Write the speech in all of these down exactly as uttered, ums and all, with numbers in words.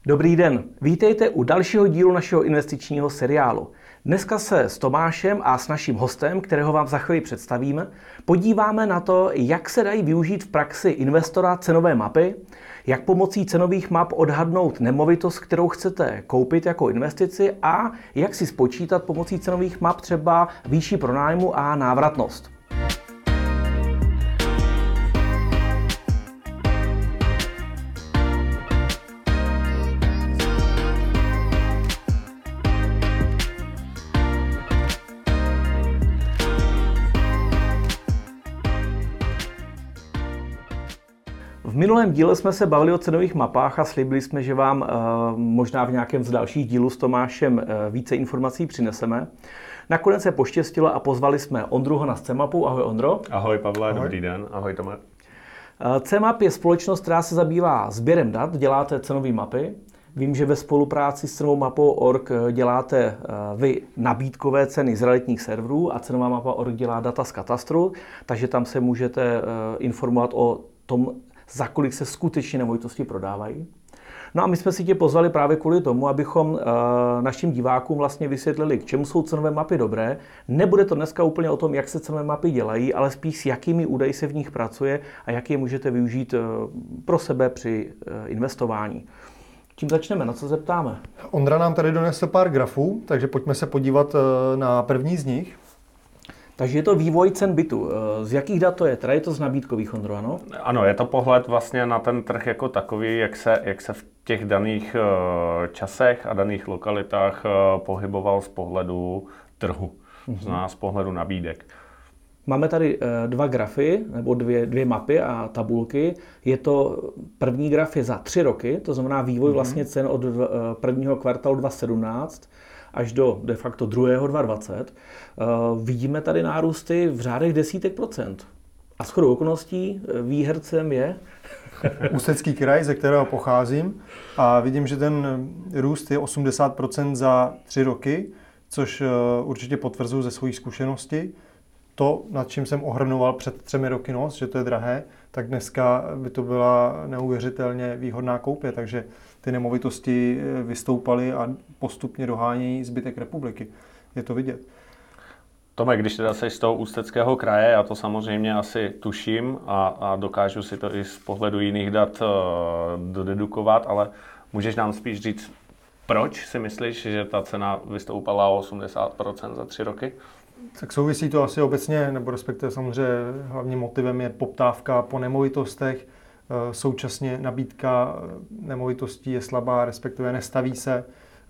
Dobrý den, vítejte u dalšího dílu našeho investičního seriálu. Dneska se s Tomášem a s naším hostem, kterého vám za chvíli představíme, podíváme na to, jak se dají využít v praxi investora cenové mapy, jak pomocí cenových map odhadnout nemovitost, kterou chcete koupit jako investici a jak si spočítat pomocí cenových map třeba výši pronájmu a návratnost. V minulém díle jsme se bavili o cenových mapách a slíbili jsme, že vám e, možná v nějakém z dalších dílů s Tomášem e, více informací přineseme. Nakonec se poštěstilo a pozvali jsme Ondru Hona z C-mapu. Ahoj Ondro. Ahoj Pavle, ahoj. Dobrý den. Ahoj Tome. C-map je společnost, která se zabývá sběrem dat, děláte cenové mapy. Vím, že ve spolupráci s cenovou mapou tečka org děláte vy nabídkové ceny z realitních serverů a cenová mapa tečka org dělá data z katastru, takže tam se můžete informovat o tom, za kolik se skutečně nemovitosti prodávají. No a my jsme si tě pozvali právě kvůli tomu, abychom e, našim divákům vlastně vysvětlili, k čemu jsou cenové mapy dobré. Nebude to dneska úplně o tom, jak se cenové mapy dělají, ale spíš s jakými údaji se v nich pracuje a jak je můžete využít e, pro sebe při e, investování. Čím začneme? Na co zeptáme? Ondra nám tady donesl pár grafů, takže pojďme se podívat e, na první z nich. Takže je to vývoj cen bytu. Z jakých dat to je? Teda je to z nabídkových, Ondro, ano? Ano, je to pohled vlastně na ten trh jako takový, jak se, jak se v těch daných časech a daných lokalitách pohyboval z pohledu trhu, mm-hmm. to znamená z pohledu nabídek. Máme tady dva grafy, nebo dvě, dvě mapy a tabulky. Je to, první graf je za tři roky, to znamená vývoj mm-hmm. vlastně cen od prvního kvartálu dva tisíce sedmnáct až do de facto druhého dva tisíce dvacet. Uh, vidíme tady nárůsty v řádech desítek procent. A shodou okolností výhercem je Ústecký kraj, ze kterého pocházím. A vidím, že ten růst je osmdesát procent za tři roky, což uh, určitě potvrzuji ze své zkušenosti. To, nad čím jsem ohrnoval před třemi roky nos, že to je drahé, tak dneska by to byla neuvěřitelně výhodná koupě, takže ty nemovitosti vystoupaly a postupně dohánějí zbytek republiky. Je to vidět. Tome, když teda jsi z toho Ústeckého kraje, já to samozřejmě asi tuším a, a dokážu si to i z pohledu jiných dat uh, dodedukovat, ale můžeš nám spíš říct, proč si myslíš, že ta cena vystoupala o osmdesát procent za tři roky? Tak souvisí to asi obecně, nebo respektive samozřejmě hlavním motivem je poptávka po nemovitostech. Současně nabídka nemovitostí je slabá, respektive nestaví se.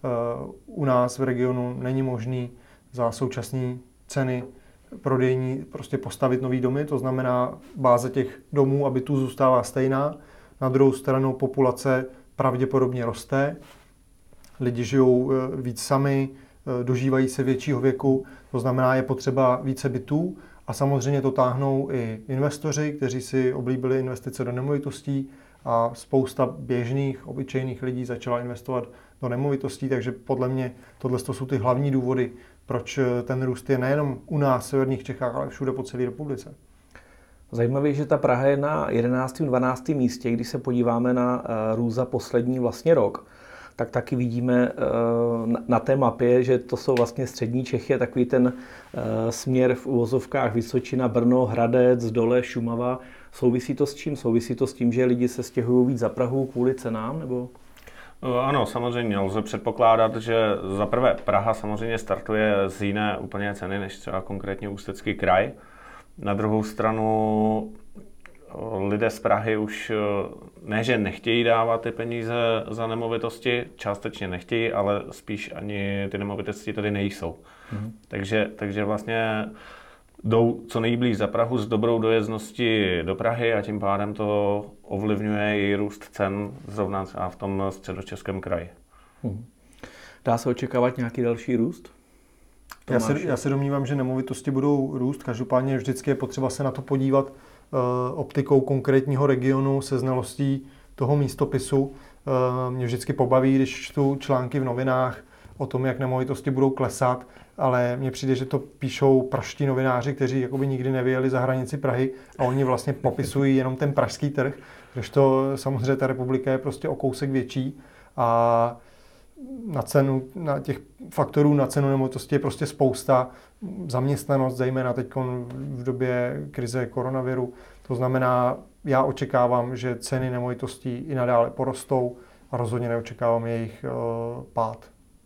U nás v regionu není možný za současné ceny prodejní prostě postavit nový domy, to znamená báze těch domů a bytů zůstává stejná. Na druhou stranu populace pravděpodobně roste, lidi žijou víc sami, dožívají se většího věku, to znamená, je potřeba více bytů a samozřejmě to táhnou i investoři, kteří si oblíbili investice do nemovitostí a spousta běžných, obyčejných lidí začala investovat do nemovitostí, takže podle mě tohle jsou ty hlavní důvody, proč ten růst je nejenom u nás v severních Čechách, ale všude po celé republice. Zajímavé, že ta Praha je na jedenáctém dvanáctém místě, když se podíváme na růst za poslední vlastně rok. Tak taky vidíme na té mapě, že to jsou vlastně střední Čechy, takový ten směr v uvozovkách Vysočina, Brno, Hradec, Dole, Šumava. Souvisí to s čím? Souvisí to s tím, že lidi se stěhují víc za Prahu kvůli cenám? Nebo? Ano, samozřejmě. Lze předpokládat, že za prvé Praha samozřejmě startuje z jiné úplně ceny, než třeba konkrétně Ústecký kraj. Na druhou stranu lidé z Prahy už ne, že nechtějí dávat ty peníze za nemovitosti, částečně nechtějí, ale spíš ani ty nemovitosti tady nejsou. Mm. Takže, takže vlastně jdou co nejblíž za Prahu s dobrou dojezdností do Prahy a tím pádem to ovlivňuje i růst cen zrovna a v tom Středočeském kraji. Mm. Dá se očekávat nějaký další růst? Já se, já se domnívám, že nemovitosti budou růst, každopádně vždycky je potřeba se na to podívat optikou konkrétního regionu se znalostí toho místopisu. Mě vždycky pobaví, když čtu články v novinách o tom, jak nemovitosti budou klesat, ale mně přijde, že to píšou pražští novináři, kteří jakoby nikdy nevyjeli za hranici Prahy a oni vlastně popisují jenom ten pražský trh, když to samozřejmě ta republika je prostě o kousek větší a na cenu, na těch faktorů na cenu nemovitosti je prostě spousta. Zaměstnanost, zejména teď v době krize koronaviru. To znamená, já očekávám, že ceny nemovitostí i nadále porostou a rozhodně neočekávám jejich uh, pád.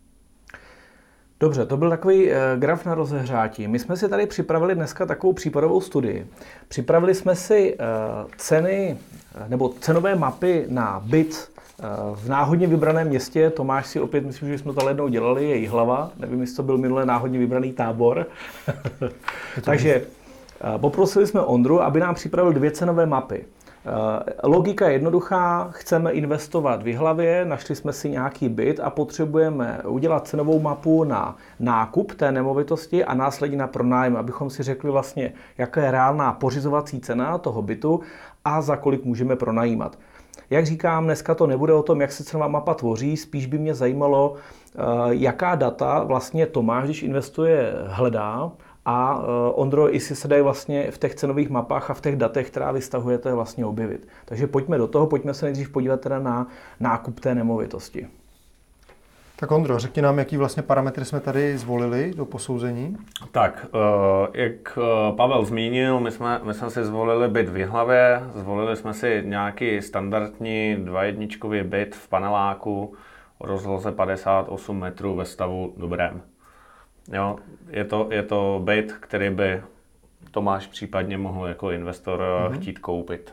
Dobře, to byl takový graf na rozehřátí. My jsme si tady připravili dneska takovou případovou studii. Připravili jsme si ceny nebo cenové mapy na byt v náhodně vybraném městě. Tomáš si opět, myslím, že jsme to jednou dělali, je Jihlava. Nevím, jestli to byl minulé náhodně vybraný tábor. Takže poprosili jsme Ondru, aby nám připravil dvě cenové mapy. Logika je jednoduchá, chceme investovat v Jihlavě, našli jsme si nějaký byt a potřebujeme udělat cenovou mapu na nákup té nemovitosti a následně na pronájem, abychom si řekli vlastně, jaká je reálná pořizovací cena toho bytu a za kolik můžeme pronajímat. Jak říkám, dneska to nebude o tom, jak se cenová mapa tvoří, spíš by mě zajímalo, jaká data vlastně Tomáš, když investuje, hledá. A Ondro, jestli se dají vlastně v těch cenových mapách a v těch datech, která vystavujete, vlastně objevit. Takže pojďme do toho, pojďme se nejdřív podívat teda na nákup té nemovitosti. Tak Ondro, řekni nám, jaký vlastně parametry jsme tady zvolili do posouzení. Tak, jak Pavel zmínil, my jsme, my jsme si zvolili byt v Jihlavě, zvolili jsme si nějaký standardní dvajedničkový byt v paneláku o rozloze padesát osm metrů ve stavu dobrém. Jo, je to, je to byt, který by Tomáš případně mohl jako investor mm-hmm. chtít koupit.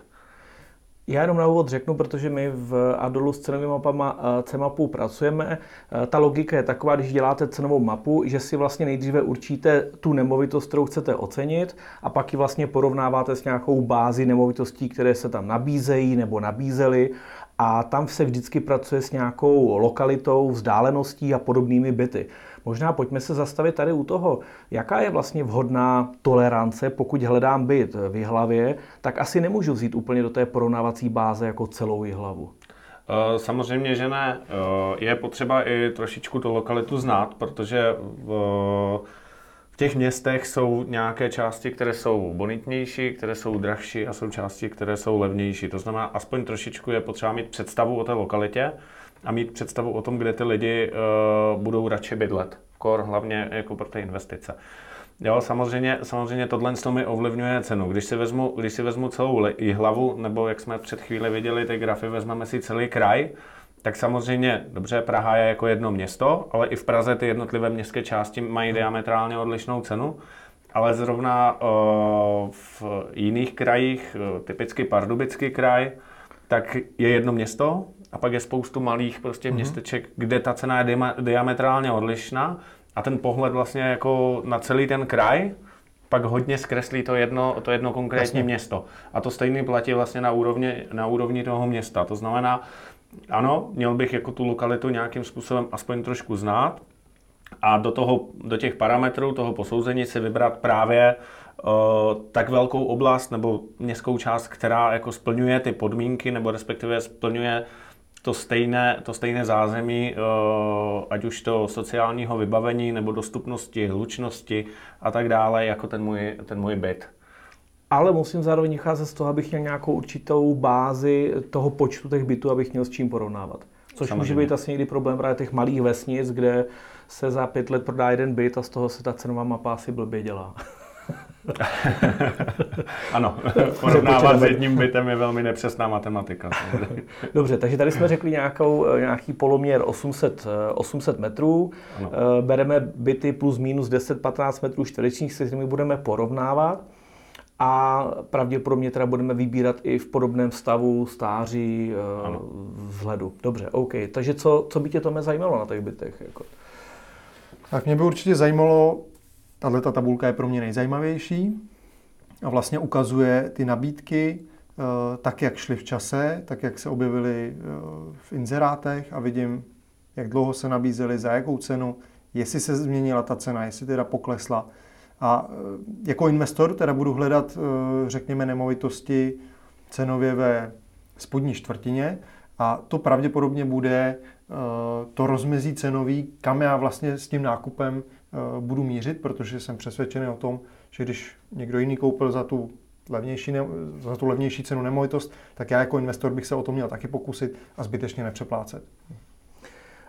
Já jenom na úvod řeknu, protože my v Adolu s cenovými mapama C-mapu pracujeme. Ta logika je taková, když děláte cenovou mapu, že si vlastně nejdříve určíte tu nemovitost, kterou chcete ocenit a pak ji vlastně porovnáváte s nějakou bází nemovitostí, které se tam nabízejí nebo nabízely. A tam se vždycky pracuje s nějakou lokalitou, vzdáleností a podobnými byty. Možná pojďme se zastavit tady u toho, jaká je vlastně vhodná tolerance, pokud hledám byt v Jihlavě, tak asi nemůžu vzít úplně do té porovnávací báze jako celou Jihlavu. Samozřejmě, že ne. Je potřeba i trošičku tu lokalitu znát, protože v V těch městech jsou nějaké části, které jsou bonitnější, které jsou drahší a jsou části, které jsou levnější. To znamená, aspoň trošičku je potřeba mít představu o té lokalitě a mít představu o tom, kde ty lidi uh, budou radši bydlet. Kor, hlavně jako pro ty investice. Jo, samozřejmě, samozřejmě tohle mi ovlivňuje cenu. Když si vezmu, když si vezmu celou Jihlavu, nebo jak jsme před chvíli viděli ty grafy, vezmeme si celý kraj, tak samozřejmě, dobře, Praha je jako jedno město, ale i v Praze ty jednotlivé městské části mají diametrálně odlišnou cenu, ale zrovna uh, v jiných krajích, typicky Pardubický kraj, tak je jedno město a pak je spoustu malých prostě mm-hmm. městeček, kde ta cena je dia- diametrálně odlišná a ten pohled vlastně jako na celý ten kraj pak hodně zkreslí to jedno, to jedno konkrétní Jasně. město. A to stejný platí vlastně na úrovni, na úrovni toho města. To znamená, ano, měl bych jako tu lokalitu nějakým způsobem aspoň trošku znát a do, toho, do těch parametrů toho posouzení si vybrat právě uh, tak velkou oblast nebo městskou část, která jako splňuje ty podmínky nebo respektive splňuje to stejné, to stejné zázemí, uh, ať už to sociálního vybavení nebo dostupnosti, hlučnosti a tak dále, jako ten můj, ten můj byt. Ale musím zároveň vycházet z toho, abych měl nějakou určitou bázi toho počtu těch bytů, abych měl s čím porovnávat. Což Samozřejmě. může být asi někdy problém právě těch malých vesnic, kde se za pět let prodá jeden byt a z toho se ta cenová mapa asi blbě dělá. Ano, porovnávat s jedním bytem je velmi nepřesná matematika. Dobře, takže tady jsme řekli nějakou, nějaký poloměr osm set metrů. Ano. Bereme byty plus minus deset až patnáct metrů čtverečních, se kterými budeme porovnávat. A pravděpodobně teda budeme vybírat i v podobném stavu, stáří, ano. vzhledu. Dobře, OK. Takže co, co by tě, Tome, zajímalo na těch bytech? Jako? Tak mě by určitě zajímalo, tato tabulka je pro mě nejzajímavější a vlastně ukazuje ty nabídky tak, jak šly v čase, tak, jak se objevily v inzerátech a vidím, jak dlouho se nabízely, za jakou cenu, jestli se změnila ta cena, jestli teda poklesla. A jako investor teda budu hledat, řekněme, nemovitosti cenově ve spodní čtvrtině a to pravděpodobně bude to rozmezí cenový, kam já vlastně s tím nákupem budu mířit, protože jsem přesvědčený o tom, že když někdo jiný koupil za tu levnější, za tu levnější cenu nemovitost, tak já jako investor bych se o to měl taky pokusit a zbytečně nepřeplácet.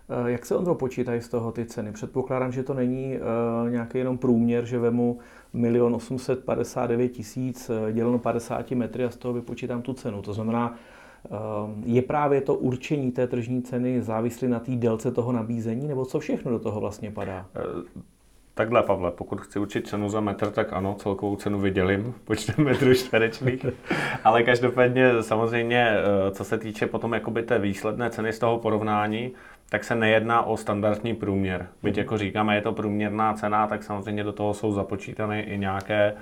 Jak se, Ondro, počítají z toho ty ceny? Předpokládám, že to není uh, nějaký jenom průměr, že vemu milion osm set padesát devět tisíc děleno padesáti metry a z toho vypočítám tu cenu. To znamená, uh, je právě to určení té tržní ceny závislé na té délce toho nabízení, nebo co všechno do toho vlastně padá? Takhle, Pavle, pokud chci určit cenu za metr, tak ano, celkovou cenu vydělím počtem metrů čtverečných. Ale každopádně samozřejmě, co se týče potom jakoby té výsledné ceny z toho porovnání, tak se nejedná o standardní průměr. Byť jako říkáme, je to průměrná cena, tak samozřejmě do toho jsou započítány i nějaké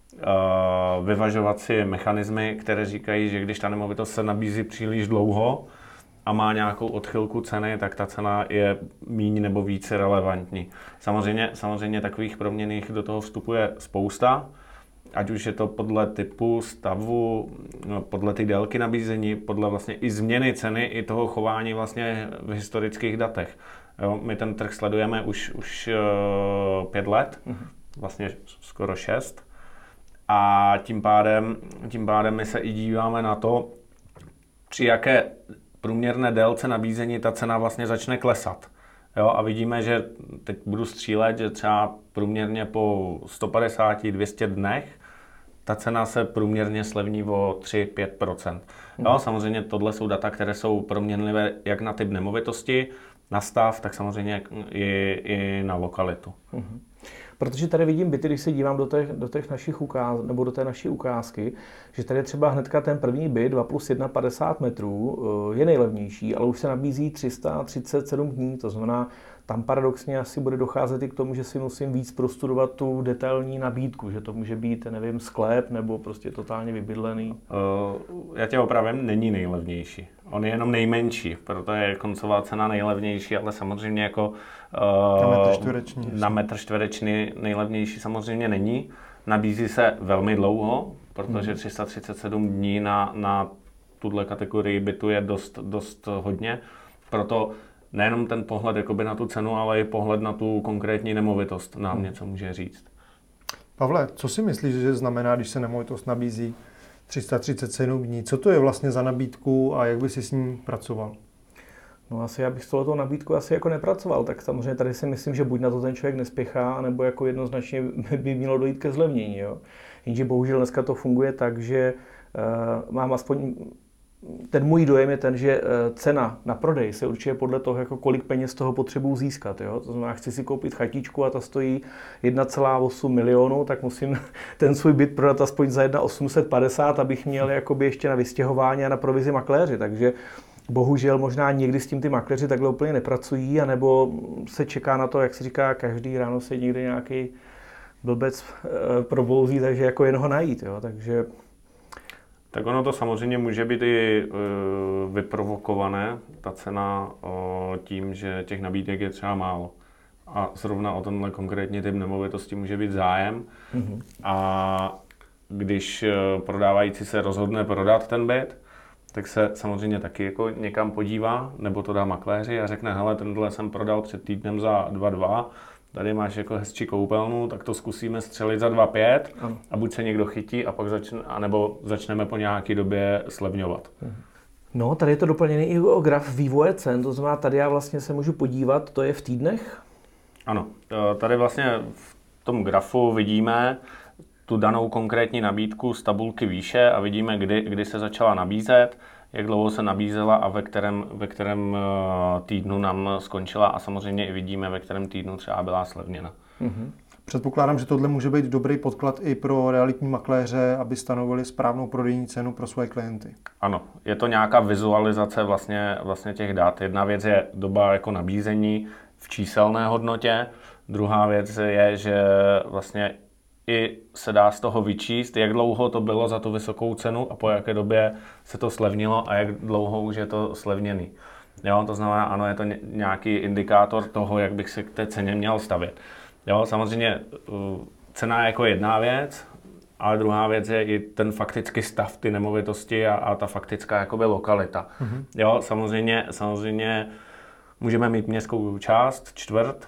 uh, vyvažovací mechanismy, které říkají, že když ta nemovitost se nabízí příliš dlouho a má nějakou odchylku ceny, tak ta cena je míň nebo více relevantní. Samozřejmě, samozřejmě takových proměnných do toho vstupuje spousta, ať už je to podle typu, stavu, podle ty délky nabízení, podle vlastně i změny ceny, i toho chování vlastně v historických datech. Jo, my ten trh sledujeme už, už uh, pět let, vlastně skoro šest. A tím pádem, tím pádem my se i díváme na to, při jaké průměrné délce nabízení ta cena vlastně začne klesat. Jo, a vidíme, že teď budu střílet, že třeba průměrně po sto padesát až dvě stě dnech ta cena se průměrně slevní o tři až pět procent. Jo, samozřejmě tohle jsou data, které jsou proměnlivé jak na typ nemovitosti, na stav, tak samozřejmě i, i na lokalitu. Mm-hmm. Protože tady vidím byty, když se dívám do těch, do těch našich ukáz, nebo do té naší ukázky, že tady třeba hnedka ten první byt dva plus jedna padesát metrů je nejlevnější, ale už se nabízí tři sta třicet sedm dní, to znamená, tam paradoxně asi bude docházet i k tomu, že si musím víc prostudovat tu detailní nabídku, že to může být, nevím, sklep nebo prostě totálně vybydlený. Uh, já tě opravím, není nejlevnější. On je jenom nejmenší, proto je koncová cena nejlevnější, ale samozřejmě jako uh, na metr čtvereční. Na metr čtvereční nejlevnější samozřejmě není. Nabízí se velmi dlouho, protože tři sta třicet sedm dní na, na tuhle kategorii bytu je dost, dost hodně. Proto nejenom ten pohled jakoby na tu cenu, ale i pohled na tu konkrétní nemovitost nám hmm. něco může říct. Pavle, co si myslíš, že znamená, když se nemovitost nabízí tři sta třicet sedm dní? Co to je vlastně za nabídku a jak by si s ním pracoval? No asi já bych s touto nabídkou asi jako nepracoval, tak samozřejmě tady si myslím, že buď na to ten člověk nespěchá, nebo jako jednoznačně by mělo dojít ke zlevnění. Jo? Jenže bohužel dneska to funguje tak, že uh, mám aspoň ten můj dojem je ten, že cena na prodej se určuje podle toho, jako kolik peněz z toho potřebuji získat. Jo? To znamená, chci si koupit chatičku a ta stojí jedna celá osm milionu, tak musím ten svůj byt prodat aspoň za jedna tisíc osm set padesát, abych měl jakoby ještě na vystěhování a na provizi makléři. Takže bohužel možná někdy s tím ty makléři takhle úplně nepracují, anebo se čeká na to, jak se říká, každý ráno se někde nějaký blbec e, probouzí, takže jako jen ho najít. Jo? Takže tak ono to samozřejmě může být i uh, vyprovokované, ta cena uh, tím, že těch nabídek je třeba málo. A zrovna o tenhle konkrétní typ nemovitosti může být zájem. Mm-hmm. A když uh, prodávající se rozhodne prodat ten byt, tak se samozřejmě taky jako někam podívá, nebo to dá makléři a řekne, hele, tenhle jsem prodal před týdnem za dva dva, tady máš jako hezčí koupelnu, tak to zkusíme střelit za dva pět a buď se někdo chytí a pak začne, anebo začneme po nějaké době slevňovat. No, tady je to doplněný i o graf vývoje cen, to znamená, tady já vlastně se můžu podívat, to je v týdnech? Ano, tady vlastně v tom grafu vidíme tu danou konkrétní nabídku z tabulky výše a vidíme, kdy, kdy se začala nabízet, jak dlouho se nabízela a ve kterém, ve kterém týdnu nám skončila a samozřejmě i vidíme, ve kterém týdnu třeba byla slevněna. Mm-hmm. Předpokládám, že tohle může být dobrý podklad i pro realitní makléře, aby stanovili správnou prodejní cenu pro své klienty. Ano, je to nějaká vizualizace vlastně, vlastně těch dat. Jedna věc je doba jako nabízení v číselné hodnotě, druhá věc je, že vlastně i se dá z toho vyčíst, jak dlouho to bylo za tu vysokou cenu a po jaké době se to slevnilo a jak dlouho už je to slevněný. Jo, to znamená, ano, je to nějaký indikátor toho, jak bych se k té ceně měl stavět. Jo, samozřejmě cena je jako jedna věc, ale druhá věc je i ten faktický stav ty nemovitosti a, a ta faktická jakoby lokalita. Mm-hmm. Jo, samozřejmě, samozřejmě můžeme mít městskou část, čtvrt,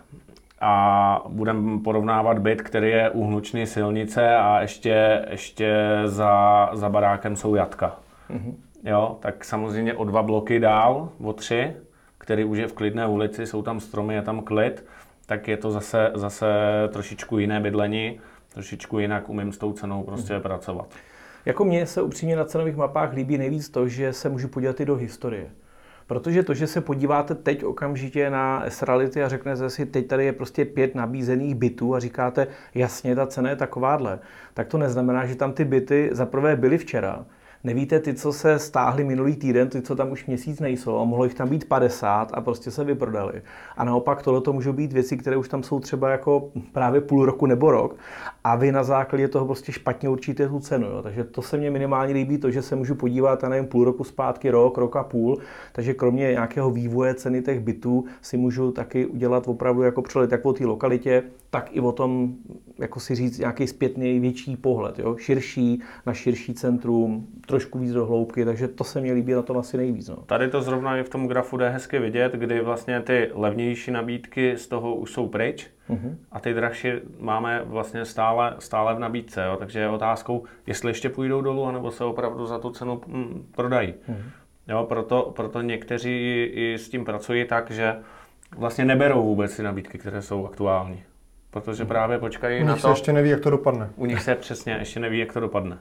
a budeme porovnávat byt, který je u hlučné silnice a ještě, ještě za, za barákem jsou jatka. Mm-hmm. Jo, tak samozřejmě o dva bloky dál, o tři, který už je v klidné ulici, jsou tam stromy, je tam klid, tak je to zase, zase trošičku jiné bydlení, trošičku jinak umím s tou cenou prostě hmm. pracovat. Jako mně se upřímně na cenových mapách líbí nejvíc to, že se můžu podívat i do historie. Protože to, že se podíváte teď okamžitě na S-Reality a řeknete si, teď tady je prostě pět nabízených bytů a říkáte, jasně, ta cena je takováhle, tak to neznamená, že tam ty byty zaprvé byly včera. Nevíte ty, co se stáhly minulý týden, ty, co tam už měsíc nejsou a mohlo jich tam být padesát a prostě se vyprodali. A naopak tohle to můžou být věci, které už tam jsou třeba jako právě půl roku nebo rok a vy na základě toho prostě špatně určíte tu cenu. Jo. Takže to se mně minimálně líbí, to, že se můžu podívat, a nevím, půl roku zpátky, rok, rok a půl. Takže kromě nějakého vývoje ceny těch bytů si můžu taky udělat opravdu jako přehled jak o té lokalitě, tak i o tom, jako si říct, nějaký zpětný větší pohled, jo? Širší, na širší centrum, trošku víc do hloubky, takže to se mi líbí na tom asi nejvíc. No. Tady to zrovna i v tom grafu jde hezky vidět, kdy vlastně ty levnější nabídky z toho už jsou pryč uh-huh. a ty drahší máme vlastně stále, stále v nabídce, jo? Takže je otázkou, jestli ještě půjdou dolů, anebo se opravdu za tu cenu hm, prodají. Uh-huh. Jo, proto, proto někteří i s tím pracují tak, že vlastně neberou vůbec ty nabídky, které jsou aktuální. Protože právě počkají na to. U nich se ještě neví, jak to dopadne. U nich se přesně ještě neví, jak to dopadne.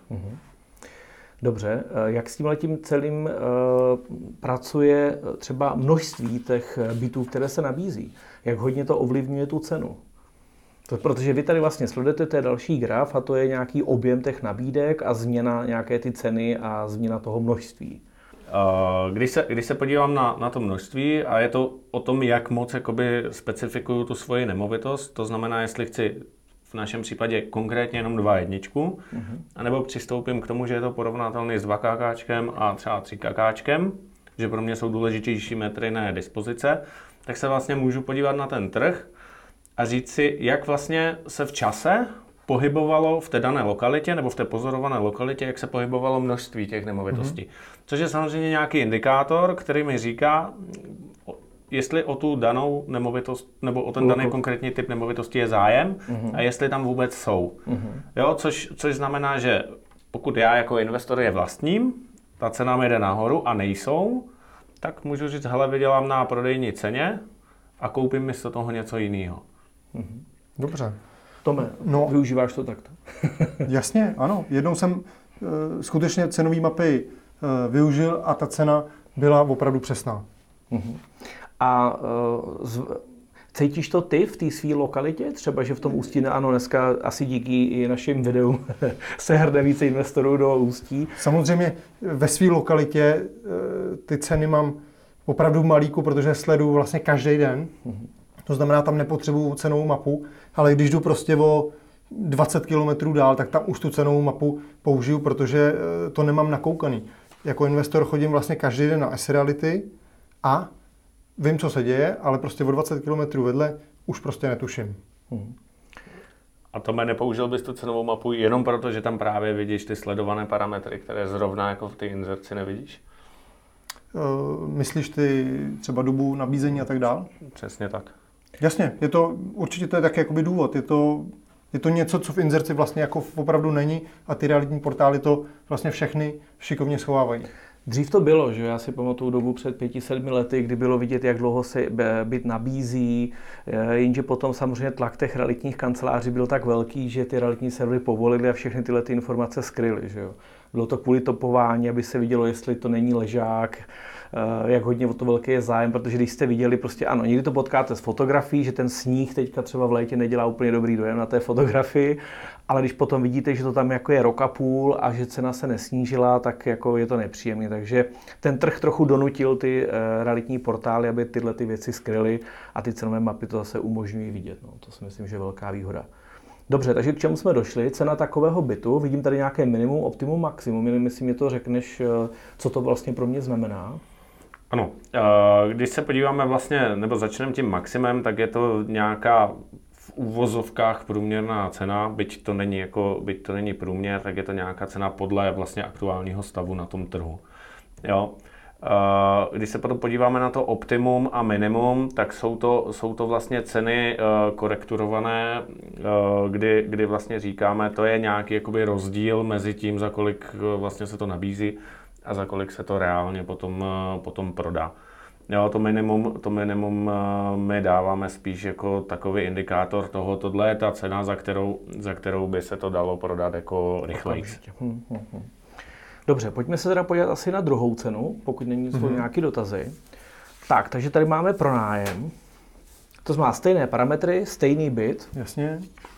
Dobře, jak s tímhletím celým uh, pracuje třeba množství těch bytů, které se nabízí? Jak hodně to ovlivňuje tu cenu? To, protože vy tady vlastně sledujete, to je další graf a to je nějaký objem těch nabídek a změna nějaké ty ceny a změna toho množství. Když se, když se podívám na, na to množství a je to o tom, jak moc jakoby specifikuju tu svoji nemovitost, to znamená, jestli chci v našem případě konkrétně jenom dva jedničku, uh-huh. anebo přistoupím k tomu, že je to porovnatelný s dva kakáčkem a třeba tři kakáčkem, že pro mě jsou důležitější metry na dispozice, tak se vlastně můžu podívat na ten trh a říct si, jak vlastně se v čase pohybovalo v té dané lokalitě nebo v té pozorované lokalitě, jak se pohybovalo množství těch nemovitostí. Mm-hmm. Což je samozřejmě nějaký indikátor, který mi říká, jestli o tu danou nemovitost nebo o ten daný konkrétní typ nemovitosti je zájem mm-hmm. a jestli tam vůbec jsou. Mm-hmm. Jo, což, což znamená, že pokud já jako investor je vlastním, ta cena mi jde nahoru a nejsou, tak můžu říct, hele, vydělám na prodejní ceně a koupím místo toho něco jiného. Mm-hmm. Dobře. Tome, no, využíváš to takto? Jasně, ano. Jednou jsem uh, skutečně cenové mapy uh, využil a ta cena byla opravdu přesná. Uh-huh. A uh, z, cítíš to ty v té své lokalitě? Třeba, že v tom Ústí, ano, dneska asi díky i našim videům se hrne více investorů do Ústí. Samozřejmě ve své lokalitě uh, ty ceny mám opravdu v malíku, protože sleduju vlastně každý den. Uh-huh. To znamená, tam nepotřebuju cenovou mapu, ale když jdu prostě o dvacet kilometrů dál, tak tam už tu cenovou mapu použiju, protože to nemám nakoukaný. Jako investor chodím vlastně každý den na S-Reality a vím, co se děje, ale prostě o dvacet kilometrů vedle už prostě netuším. Hmm. A Tome, nepoužil bys tu cenovou mapu jenom proto, že tam právě vidíš ty sledované parametry, které zrovna jako v té inzerci nevidíš? Uh, myslíš ty třeba dobu nabízení a tak dál? Přesně tak. Jasně, je to, určitě to je taky jakoby důvod. Je to, je to něco, co v inzerci vlastně jako opravdu není a ty realitní portály to vlastně všechny šikovně schovávají. Dřív to bylo, že já si pamatuju dobu před pěti, sedmi lety, kdy bylo vidět, jak dlouho se byt nabízí, jenže potom samozřejmě tlak těch realitních kanceláří byl tak velký, že ty realitní servery povolily a všechny tyhle ty informace skryly, že jo. Bylo to kvůli topování, aby se vidělo, jestli to není ležák, jak hodně o to velký je zájem, protože když jste viděli, prostě ano, někdy to potkáte s fotografií, že ten sníh teďka třeba v létě nedělá úplně dobrý dojem na té fotografii, ale když potom vidíte, že to tam jako je rok a půl a že cena se nesnížila, tak jako je to nepříjemné. Takže ten trh trochu donutil ty realitní portály, aby tyhle ty věci skryly a ty cenové mapy to zase umožňují vidět. No, to si myslím, že je velká výhoda. Dobře, takže k čemu jsme došli? Cena takového bytu, vidím tady nějaké minimum, optimum, maximum. Jenom jestli mi to řekneš, co to vlastně pro mě znamená. Ano, když se podíváme vlastně, nebo začneme tím maximem, tak je to nějaká v úvozovkách průměrná cena, byť to není jako, byť to není průměr, tak je to nějaká cena podle vlastně aktuálního stavu na tom trhu. Jo. Když se potom podíváme na to optimum a minimum, tak jsou to, jsou to vlastně ceny korekturované, kdy, kdy vlastně říkáme, to je nějaký jakoby rozdíl mezi tím, za kolik vlastně se to nabízí a za kolik se to reálně potom, potom prodá. Jo, to minimum, to minimum my dáváme spíš jako takový indikátor toho, tohle je ta cena, za kterou, za kterou by se to dalo prodat jako rychleji. Hmm, hmm, hmm. Dobře, pojďme se teda podívat asi na druhou cenu, pokud není jsou mm-hmm. nějaké dotazy. Tak, takže tady máme pronájem. To má stejné parametry, stejný byt. Jasně.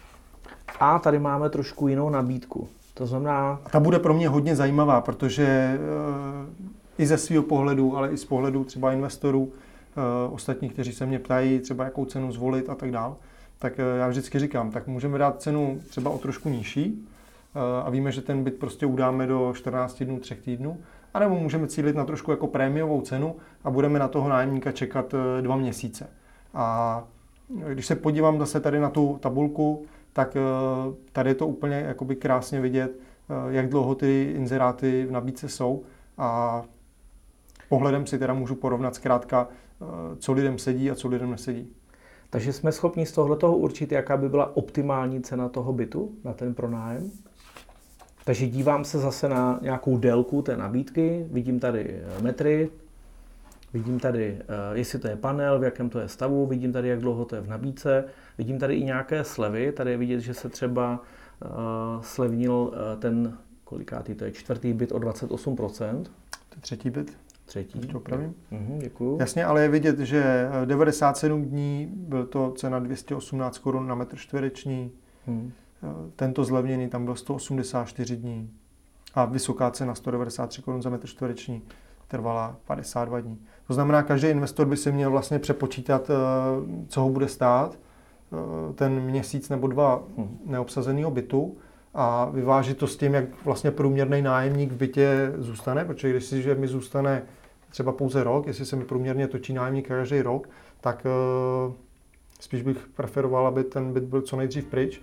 A tady máme trošku jinou nabídku. To znamená... Ta bude pro mě hodně zajímavá, protože e, i ze svého pohledu, ale i z pohledu třeba investorů, e, ostatních, kteří se mě ptají, třeba jakou cenu zvolit a tak dál, tak e, já vždycky říkám, tak můžeme dát cenu třeba o trošku nižší e, a víme, že ten byt prostě udáme do čtrnáct dnů, třech týdnů, anebo můžeme cílit na trošku jako prémiovou cenu a budeme na toho nájemníka čekat e, dva měsíce. A když se podívám zase tady na tu tabulku, tak tady je to úplně jakoby krásně vidět, jak dlouho ty inzeráty v nabídce jsou a pohledem si teda můžu porovnat zkrátka, co lidem sedí a co lidem nesedí. Takže jsme schopni z tohoto určit, jaká by byla optimální cena toho bytu na ten pronájem? Takže dívám se zase na nějakou délku té nabídky, vidím tady metry, vidím tady, jestli to je panel, v jakém to je stavu, vidím tady, jak dlouho to je v nabídce, vidím tady i nějaké slevy, tady je vidět, že se třeba uh, slevnil uh, ten, kolikátý to je, čtvrtý byt o dvacet osm procent. To je třetí byt? Třetí. To opravím. Mhm, děkuju. Jasně, ale je vidět, že devadesát sedm dní, byl to cena dvě stě osmnáct korun na metr čtvereční, hmm. Tento zlevněný tam byl sto osmdesát čtyři dní a vysoká cena sto devadesát tři korun za metr čtvereční trvala padesát dva dní. To znamená, každý investor by si měl vlastně přepočítat, co ho bude stát ten měsíc nebo dva neobsazeného bytu a vyvážit to s tím, jak vlastně průměrný nájemník v bytě zůstane, protože když si, že mi zůstane třeba pouze rok, jestli se mi průměrně točí nájemník každý rok, tak spíš bych preferoval, aby ten byt byl co nejdřív pryč.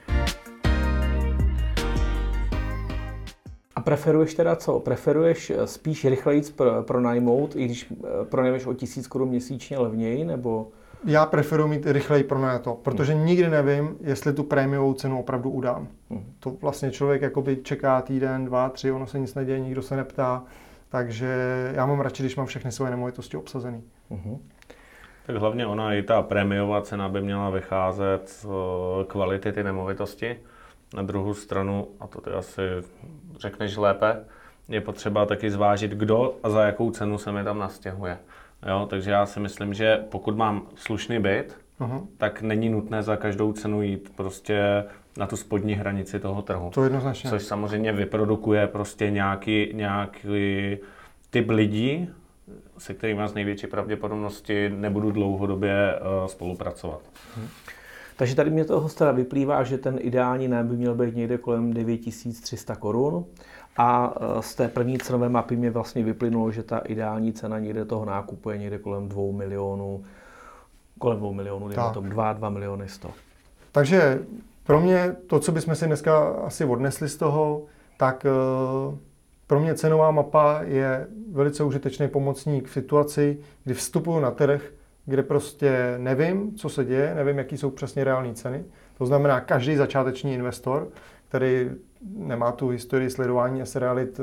A preferuješ teda co? Preferuješ spíš rychleji pronajmout, i když pronajmeš o tisíc korun měsíčně levněji, nebo... Já preferuji mít rychleji pronajato, protože hmm. nikdy nevím, jestli tu prémiovou cenu opravdu udám. Hmm. To vlastně člověk jakoby čeká týden, dva, tři, ono se nic neděje, nikdo se neptá, takže já mám radši, když mám všechny svoje nemovitosti obsazený. Hmm. Tak hlavně ona i ta prémiová cena by měla vycházet z kvality ty nemovitosti. Na druhou stranu, a to ty asi řekneš lépe, je potřeba taky zvážit, kdo a za jakou cenu se mi tam nastěhuje. Jo, takže já si myslím, že pokud mám slušný byt, uh-huh. tak není nutné za každou cenu jít prostě na tu spodní hranici toho trhu. To jednoznačně. Což samozřejmě vyprodukuje prostě nějaký, nějaký typ lidí, se kterými z největší pravděpodobnosti nebudu dlouhodobě uh, spolupracovat. Hmm. Takže tady mě toho teda vyplývá, že ten ideální nájem by měl být někde kolem devět tisíc tři sta korun a z té první cenové mapy mě vlastně vyplynulo, že ta ideální cena někde toho nákupu je někde kolem dvou milionů, kolem dvou milionů, dejme tomu dva, dva miliony sto. Takže pro mě to, co bychom si dneska asi odnesli z toho, tak pro mě cenová mapa je velice užitečný pomocník v situaci, kdy vstupuju na trh, kde prostě nevím, co se děje, nevím, jaký jsou přesně reální ceny. To znamená, každý začáteční investor, který nemá tu historii sledování S-realit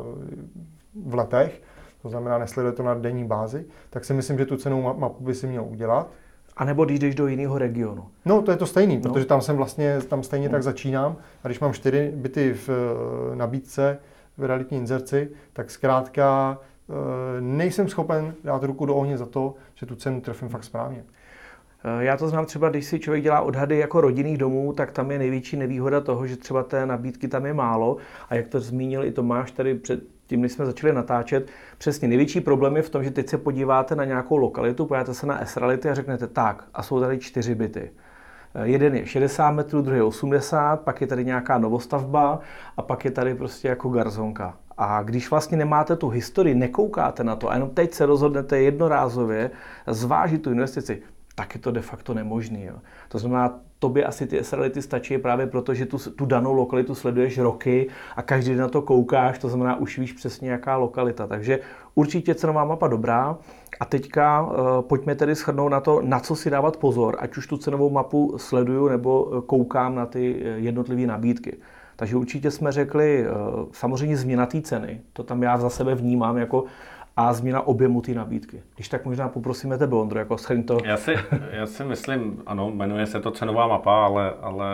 v letech, to znamená, nesleduje to na denní bázi, tak si myslím, že tu cenovou mapu by si měl udělat. A nebo když jdeš do jiného regionu. No, to je to stejný, no. Protože tam jsem vlastně, tam stejně no. tak začínám. A když mám čtyři byty v nabídce, v realitní inzerci, tak zkrátka nejsem schopen dát ruku do ohně za to, že tu cenu trefím fakt správně. Já to znám třeba, když si člověk dělá odhady jako rodinných domů, tak tam je největší nevýhoda toho, že třeba té nabídky tam je málo. A jak to zmínil i Tomáš tady před tím, když jsme začali natáčet, přesně největší problém je v tom, že teď se podíváte na nějakou lokalitu, podíváte se na S-reality a řeknete tak, a jsou tady čtyři byty. Jeden je šedesát metrů, druhý je osmdesát, pak je tady nějaká novostavba a pak je tady prostě jako garzonka. A když vlastně nemáte tu historii, nekoukáte na to a jenom teď se rozhodnete jednorázově zvážit tu investici, tak je to de facto nemožný. Jo. To znamená, tobě asi ty S-reality stačí právě proto, že tu, tu danou lokalitu sleduješ roky a každý den na to koukáš, to znamená, už víš přesně, jaká lokalita. Takže určitě cenová mapa dobrá. A teďka uh, pojďme tedy shrnout na to, na co si dávat pozor, ať už tu cenovou mapu sleduju nebo koukám na ty jednotlivé nabídky. Takže určitě jsme řekli, uh, samozřejmě změna té ceny, to tam já za sebe vnímám jako, a změna objemu té nabídky. Když tak možná poprosíme tebe, Ondro, jako shrň to. Já si, já si myslím, ano, jmenuje se to cenová mapa, ale, ale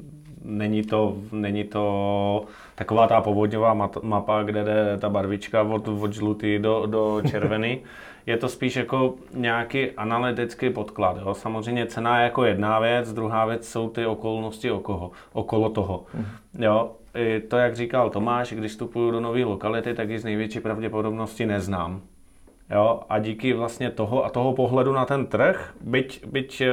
není to, není to taková ta povodňová mapa, kde jde ta barvička od, od žlutý do, do červený. Je to spíš jako nějaký analytický podklad. Jo? Samozřejmě cena je jako jedna věc, druhá věc jsou ty okolnosti okolo, okolo toho. Jo? I to, jak říkal Tomáš, když vstupuju do nové lokality, tak ji z největší pravděpodobnosti neznám. Jo? A díky vlastně toho a toho pohledu na ten trh, byť, byť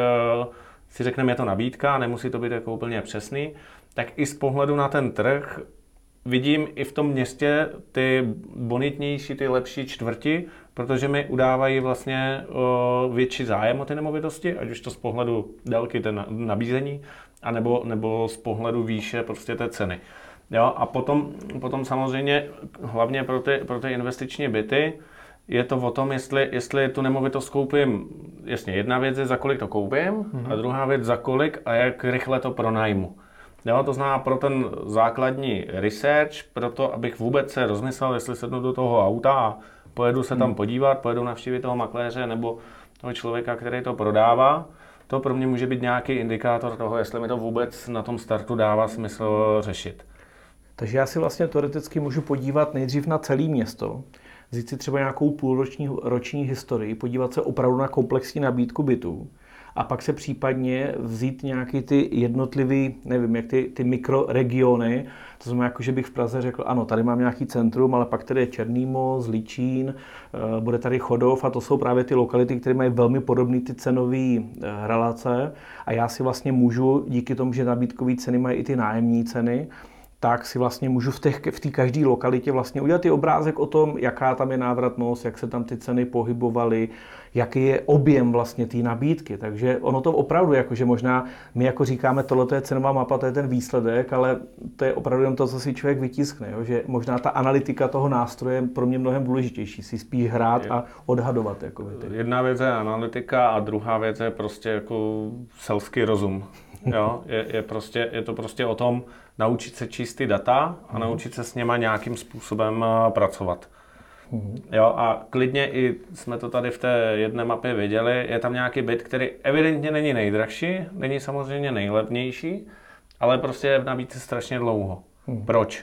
si řekneme, je to nabídka, nemusí to být jako úplně přesný, tak i z pohledu na ten trh vidím i v tom městě ty bonitnější, ty lepší čtvrti, protože mi udávají vlastně o, větší zájem o ty nemovitosti, ať už to z pohledu délky té nabízení, anebo, nebo z pohledu výše prostě té ceny. Jo, a potom, potom samozřejmě hlavně pro ty, pro ty investiční byty je to o tom, jestli, jestli tu nemovitost koupím, jasně, jedna věc je, za kolik to koupím, mm-hmm. a druhá věc, za kolik a jak rychle to pronajmu. Jo, to znamená pro ten základní research, pro to, abych vůbec se rozmyslel, jestli sednu do toho auta a pojedu se tam podívat, pojedu navštívit toho makléře nebo toho člověka, který to prodává, to pro mě může být nějaký indikátor toho, jestli mi to vůbec na tom startu dává smysl řešit. Takže já si vlastně teoreticky můžu podívat nejdřív na celé město, vzít si třeba nějakou půlroční roční historii, podívat se opravdu na komplexní nabídku bytů a pak se případně vzít nějaký ty jednotlivý, nevím, jak ty, ty mikroregiony, to znamená, jako, že bych v Praze řekl, ano, tady mám nějaký centrum, ale pak tady je Černý most, Líčín, bude tady Chodov a to jsou právě ty lokality, které mají velmi podobné ty cenové relace a já si vlastně můžu, díky tomu, že nabídkové ceny mají i ty nájemní ceny, tak si vlastně můžu v té v každé lokalitě vlastně udělat i obrázek o tom, jaká tam je návratnost, jak se tam ty ceny pohybovaly, jaký je objem vlastně té nabídky. Takže ono to opravdu, jakože možná my jako říkáme, tohle je cenová mapa, to je ten výsledek, ale to je opravdu jen to, co si člověk vytiskne. Jo? Že možná ta analytika toho nástroje je pro mě mnohem důležitější, si spíš hrát a odhadovat. Jako Jedna věc je analytika a druhá věc je prostě jako selský rozum. Jo? Je, je, prostě, je to prostě o tom naučit se číst ty data a mm. naučit se s něma nějakým způsobem pracovat. Mm. Jo, a klidně i jsme to tady v té jedné mapě viděli, je tam nějaký byt, který evidentně není nejdražší, není samozřejmě nejlevnější, ale prostě je v nabídce strašně dlouho. Mm. Proč?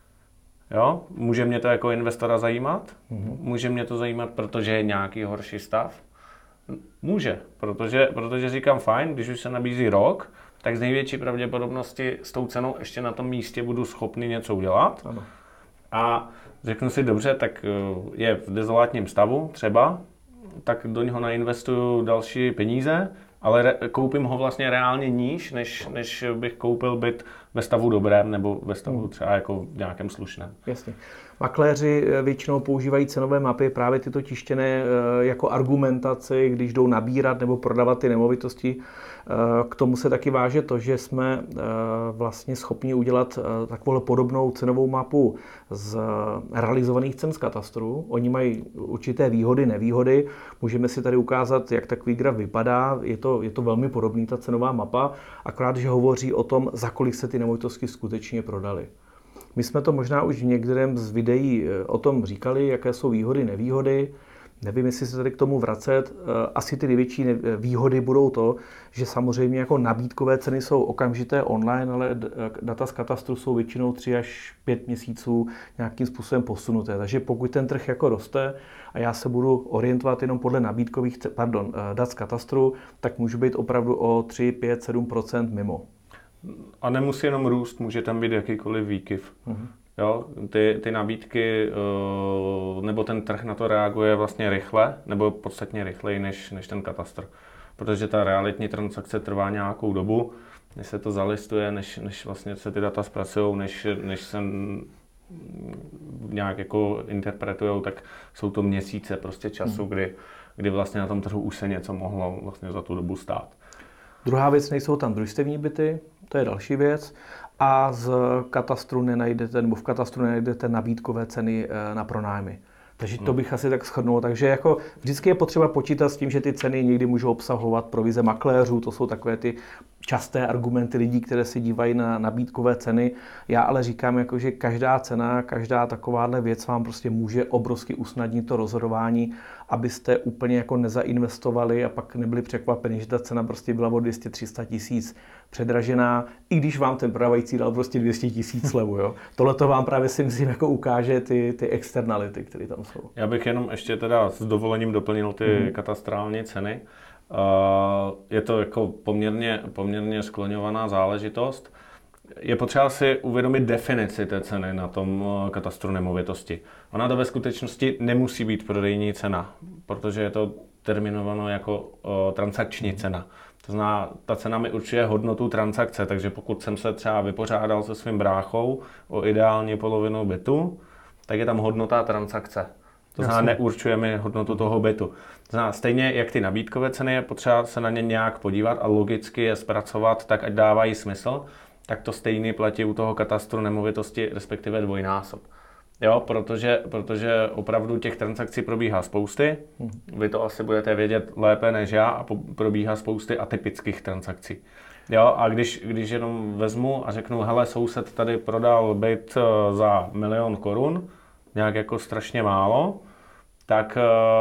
Jo, může mě to jako investora zajímat? Mm. Může mě to zajímat, protože je nějaký horší stav? Může, protože, protože říkám fajn, když už se nabízí rok, tak z největší pravděpodobnosti s tou cenou ještě na tom místě budu schopný něco udělat. Ano. A řeknu si, dobře, tak je v dezolátním stavu třeba, tak do něho nainvestuju další peníze, ale re- koupím ho vlastně reálně níž, než, než bych koupil byt ve stavu dobrém nebo ve stavu třeba jako v nějakém slušném. Jasně. Makléři většinou používají cenové mapy, právě tyto tištěné jako argumentaci, když jdou nabírat nebo prodávat ty nemovitosti. K tomu se taky váže to, že jsme vlastně schopni udělat takovou podobnou cenovou mapu z realizovaných cen z katastru. Oni mají určité výhody, nevýhody. Můžeme si tady ukázat, jak takový graf vypadá. Je to, je to velmi podobný, ta cenová mapa, akorát, že hovoří o tom, za kolik se ty nemovitosti skutečně prodaly. My jsme to možná už v některém z videí o tom říkali, jaké jsou výhody, nevýhody. Nevím, jestli se tady k tomu vracet. Asi ty největší výhody budou to, že samozřejmě jako nabídkové ceny jsou okamžité online, ale data z katastru jsou většinou tři až pět měsíců nějakým způsobem posunuté. Takže pokud ten trh jako roste a já se budu orientovat jenom podle nabídkových, pardon, dat z katastru, tak můžu být opravdu o tři, pět, sedm procent mimo. A nemusí jenom růst, může tam být jakýkoliv výkyv. Uh-huh. Jo, ty, ty nabídky nebo ten trh na to reaguje vlastně rychle, nebo podstatně rychleji než, než ten katastr. Protože ta realitní transakce trvá nějakou dobu, než se to zalistuje, než, než vlastně se ty data zpracují, než, než se nějak jako interpretujou, tak jsou to měsíce prostě času, kdy, kdy vlastně na tom trhu už se něco mohlo vlastně za tu dobu stát. Druhá věc, nejsou tam družstevní byty, to je další věc. A z katastru nenajdete, nebo v katastru nenajdete nabídkové ceny na pronájmy. Takže to bych asi tak shrnul. Takže jako vždycky je potřeba počítat s tím, že ty ceny někdy můžou obsahovat provize makléřů, to jsou takové ty časté argumenty lidí, které se dívají na nabídkové ceny. Já ale říkám, jako, že každá cena, každá takováhle věc vám prostě může obrovsky usnadnit to rozhodování, abyste úplně jako nezainvestovali a pak nebyli překvapeni, že ta cena prostě byla o dvě stě tři sta tisíc předražená, i když vám ten prodávající dal prostě dvě stě tisíc slevu. Jo? Tohle to vám právě si myslím jako ukáže ty, ty externality, které tam jsou. Já bych jenom ještě teda s dovolením doplnil ty mm. katastrální ceny. Je to jako poměrně, poměrně skloňovaná záležitost. Je potřeba si uvědomit definici té ceny na tom katastru nemovitosti. Ona to ve skutečnosti nemusí být prodejní cena, protože je to terminováno jako transakční cena. To znamená, ta cena mi určuje hodnotu transakce, takže pokud jsem se třeba vypořádal se svým bráchou o ideální polovinu bytu, tak je tam hodnota transakce. To znamená, neurčuje mi hodnotu toho bytu. To znamená, stejně jak ty nabídkové ceny, je potřeba se na ně nějak podívat a logicky je zpracovat tak, ať dávají smysl, tak to stejný platí u toho katastru nemovitosti, respektive dvojnásob. Jo, protože, protože opravdu těch transakcí probíhá spousty. Vy to asi budete vědět lépe než já a probíhá spousty atypických transakcí. Jo, a když, když jenom vezmu a řeknu, hele, soused tady prodal byt za milion korun, nějak jako strašně málo, tak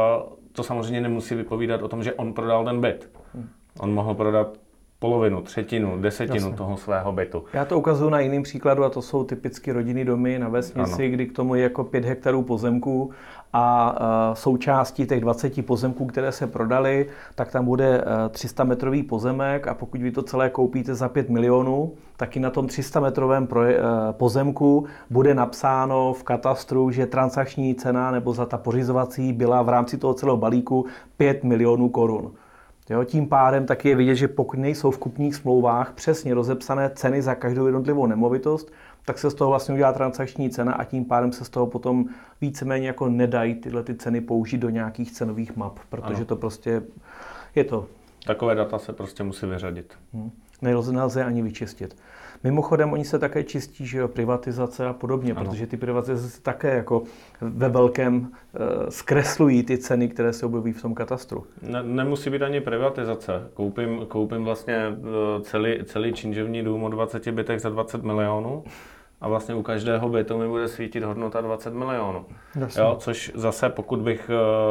to samozřejmě nemusí vypovídat o tom, že on prodal ten byt. On mohl prodat polovinu, třetinu, desetinu Jasně. toho svého bytu. Já to ukazuju na jiném příkladu a to jsou typicky rodinný domy na vesnici, ano. kdy k tomu je jako pět hektarů pozemků a uh, součástí těch dvaceti pozemků, které se prodaly, tak tam bude uh, tři sta metrový pozemek a pokud vy to celé koupíte za pět milionů, tak i na tom tři sta metrovém pro, uh, pozemku bude napsáno v katastru, že transakční cena nebo za ta pořizovací byla v rámci toho celého balíku pět milionů korun. Jo, tím pádem taky je vidět, že pokud nejsou v kupních smlouvách přesně rozepsané ceny za každou jednotlivou nemovitost, tak se z toho vlastně udělá transakční cena a tím pádem se z toho potom víceméně jako nedají tyhle ty ceny použít do nějakých cenových map, protože ano. to prostě je to. Takové data se prostě musí vyřadit. Hmm. Nelze, nelze ani vyčistit. Mimochodem, oni se také čistí, že jo, privatizace a podobně, ano. protože ty privatizace se také jako ve velkém e, zkreslují ty ceny, které se objeví v tom katastru. Ne, nemusí být ani privatizace. Koupím, koupím vlastně celý, celý činžovní dům o dvaceti bytech za dvacet milionů a vlastně u každého bytu mi bude svítit hodnota dvacet milionů. Jo, což zase, pokud bych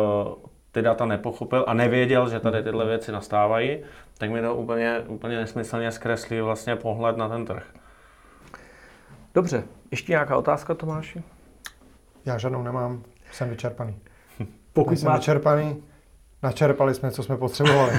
e, ty data nepochopil a nevěděl, že tady tyhle věci nastávají, tak mi to úplně, úplně nesmyslně zkreslí vlastně pohled na ten trh. Dobře, ještě nějaká otázka, Tomáši? Já žádnou nemám, jsem vyčerpaný. Pokud jsem má... vyčerpaný, načerpali jsme, co jsme potřebovali.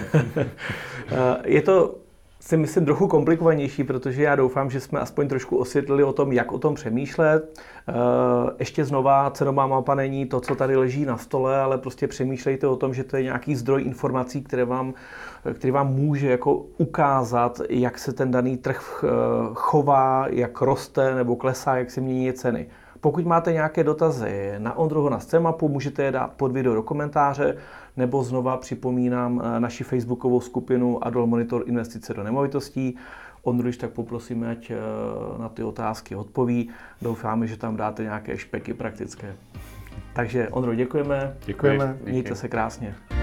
Je to, si myslím, trochu komplikovanější, protože já doufám, že jsme aspoň trošku osvětlili o tom, jak o tom přemýšlet. Ještě znova, cenová mapa není to, co tady leží na stole, ale prostě přemýšlejte o tom, že to je nějaký zdroj informací, které vám, který vám může jako ukázat, jak se ten daný trh chová, jak roste nebo klesá, jak se mění ceny. Pokud máte nějaké dotazy na Ondru Hona z C-Mapu, můžete je dát pod video do komentáře, nebo znova připomínám naši facebookovou skupinu Adol Monitor investice do nemovitostí. Ondru, když tak poprosíme, ať na ty otázky odpoví. Doufáme, že tam dáte nějaké špeky praktické. Takže Ondro, děkujeme. Děkujeme. Mějte se krásně.